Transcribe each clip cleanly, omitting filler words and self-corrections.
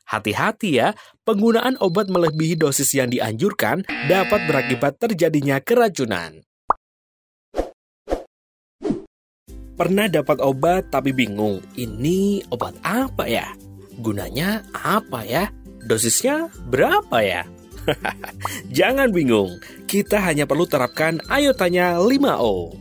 Hati-hati ya, penggunaan obat melebihi dosis yang dianjurkan dapat berakibat terjadinya keracunan. Pernah dapat obat tapi bingung, ini obat apa ya? Gunanya apa ya? Dosisnya berapa ya? Jangan bingung, kita hanya perlu terapkan Ayo Tanya 5O.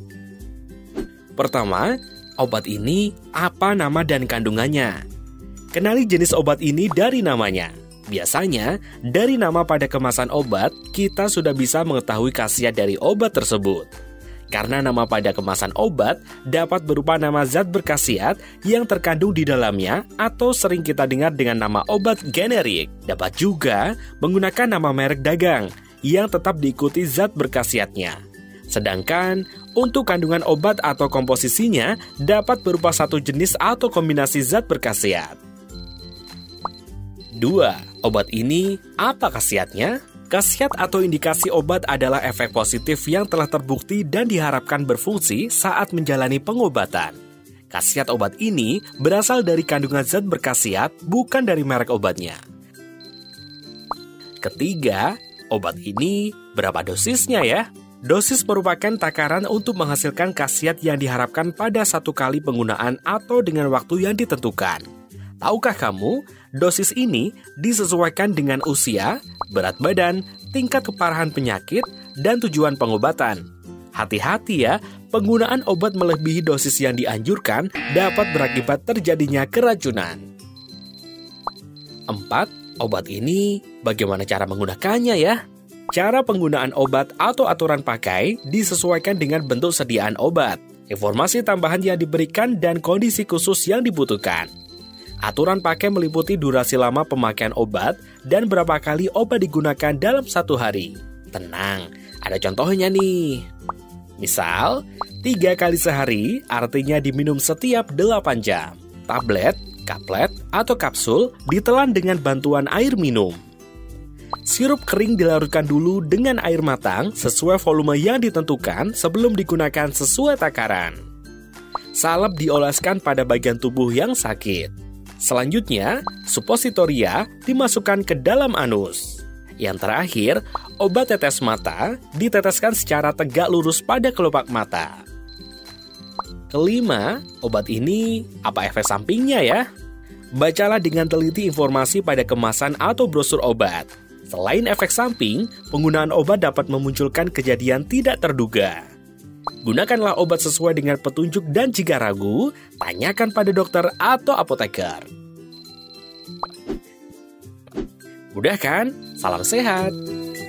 Pertama, obat ini apa nama dan kandungannya? Kenali jenis obat ini dari namanya. Biasanya, dari nama pada kemasan obat, kita sudah bisa mengetahui khasiat dari obat tersebut. Karena nama pada kemasan obat dapat berupa nama zat berkhasiat yang terkandung di dalamnya atau sering kita dengar dengan nama obat generik. Dapat juga menggunakan nama merek dagang yang tetap diikuti zat berkhasiatnya. Sedangkan untuk kandungan obat atau komposisinya dapat berupa satu jenis atau kombinasi zat berkhasiat. 2. Obat ini apa khasiatnya? Khasiat atau indikasi obat adalah efek positif yang telah terbukti dan diharapkan berfungsi saat menjalani pengobatan. Khasiat obat ini berasal dari kandungan zat berkhasiat, bukan dari merek obatnya. Ketiga, obat ini berapa dosisnya ya? Dosis merupakan takaran untuk menghasilkan khasiat yang diharapkan pada satu kali penggunaan atau dengan waktu yang ditentukan. Tahukah kamu, dosis ini disesuaikan dengan usia, berat badan, tingkat keparahan penyakit, dan tujuan pengobatan. Hati-hati ya, penggunaan obat melebihi dosis yang dianjurkan dapat berakibat terjadinya keracunan. 4. Obat ini bagaimana cara menggunakannya ya? Cara penggunaan obat atau aturan pakai disesuaikan dengan bentuk sediaan obat, informasi tambahan yang diberikan, dan kondisi khusus yang dibutuhkan. Aturan pakai meliputi durasi lama pemakaian obat dan berapa kali obat digunakan dalam satu hari. Tenang, ada contohnya nih. Misal, 3 kali sehari artinya diminum setiap 8 jam. Tablet, kaplet, atau kapsul ditelan dengan bantuan air minum. Sirup kering dilarutkan dulu dengan air matang sesuai volume yang ditentukan sebelum digunakan sesuai takaran. Salep dioleskan pada bagian tubuh yang sakit. Selanjutnya, suppositoria dimasukkan ke dalam anus. Yang terakhir, obat tetes mata diteteskan secara tegak lurus pada kelopak mata. Kelima, obat ini apa efek sampingnya ya? Bacalah dengan teliti informasi pada kemasan atau brosur obat. Selain efek samping, penggunaan obat dapat memunculkan kejadian tidak terduga. Gunakanlah obat sesuai dengan petunjuk dan jika ragu, tanyakan pada dokter atau apoteker. Mudah kan? Salam sehat!